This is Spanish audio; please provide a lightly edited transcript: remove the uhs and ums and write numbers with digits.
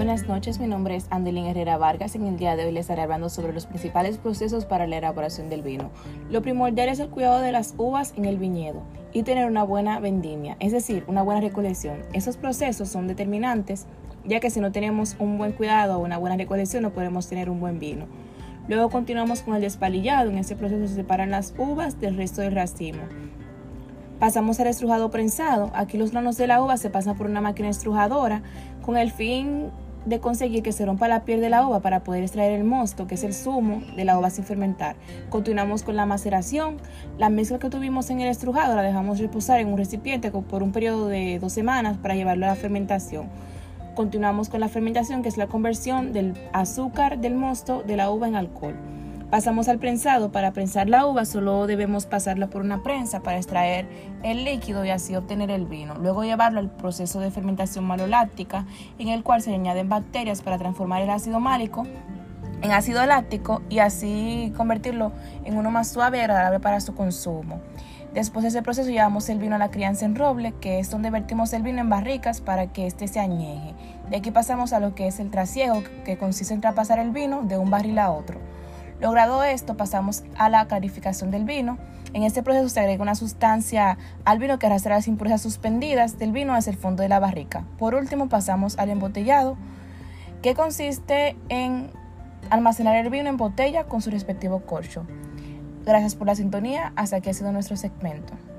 Buenas noches, mi nombre es Andelín Herrera Vargas. En el día de hoy les estaré hablando sobre los principales procesos para la elaboración del vino. Lo primordial es el cuidado de las uvas en el viñedo y tener una buena vendimia, es decir, una buena recolección. Esos procesos son determinantes, ya que si no tenemos un buen cuidado o una buena recolección no podemos tener un buen vino. Luego continuamos con el despalillado. En ese proceso se separan las uvas del resto del racimo. Pasamos al estrujado prensado. Aquí los granos de la uva se pasan por una máquina estrujadora con el fin de conseguir que se rompa la piel de la uva para poder extraer el mosto, que es el zumo de la uva sin fermentar. Continuamos con la maceración. La mezcla que tuvimos en el estrujado la dejamos reposar en un recipiente por un periodo de 2 semanas para llevarlo a la fermentación. Continuamos con la fermentación, que es la conversión del azúcar del mosto de la uva en alcohol. Pasamos al prensado. Para prensar la uva solo debemos pasarla por una prensa para extraer el líquido y así obtener el vino. Luego llevarlo al proceso de fermentación maloláctica, en el cual se añaden bacterias para transformar el ácido málico en ácido láctico y así convertirlo en uno más suave y agradable para su consumo. Después de ese proceso llevamos el vino a la crianza en roble, que es donde vertimos el vino en barricas para que éste se añeje. De aquí pasamos a lo que es el trasiego, que consiste en traspasar el vino de un barril a otro. Logrado esto, pasamos a la clarificación del vino. En este proceso se agrega una sustancia al vino que arrastra las impurezas suspendidas del vino hacia el fondo de la barrica. Por último, pasamos al embotellado, que consiste en almacenar el vino en botella con su respectivo corcho. Gracias por la sintonía. Hasta aquí ha sido nuestro segmento.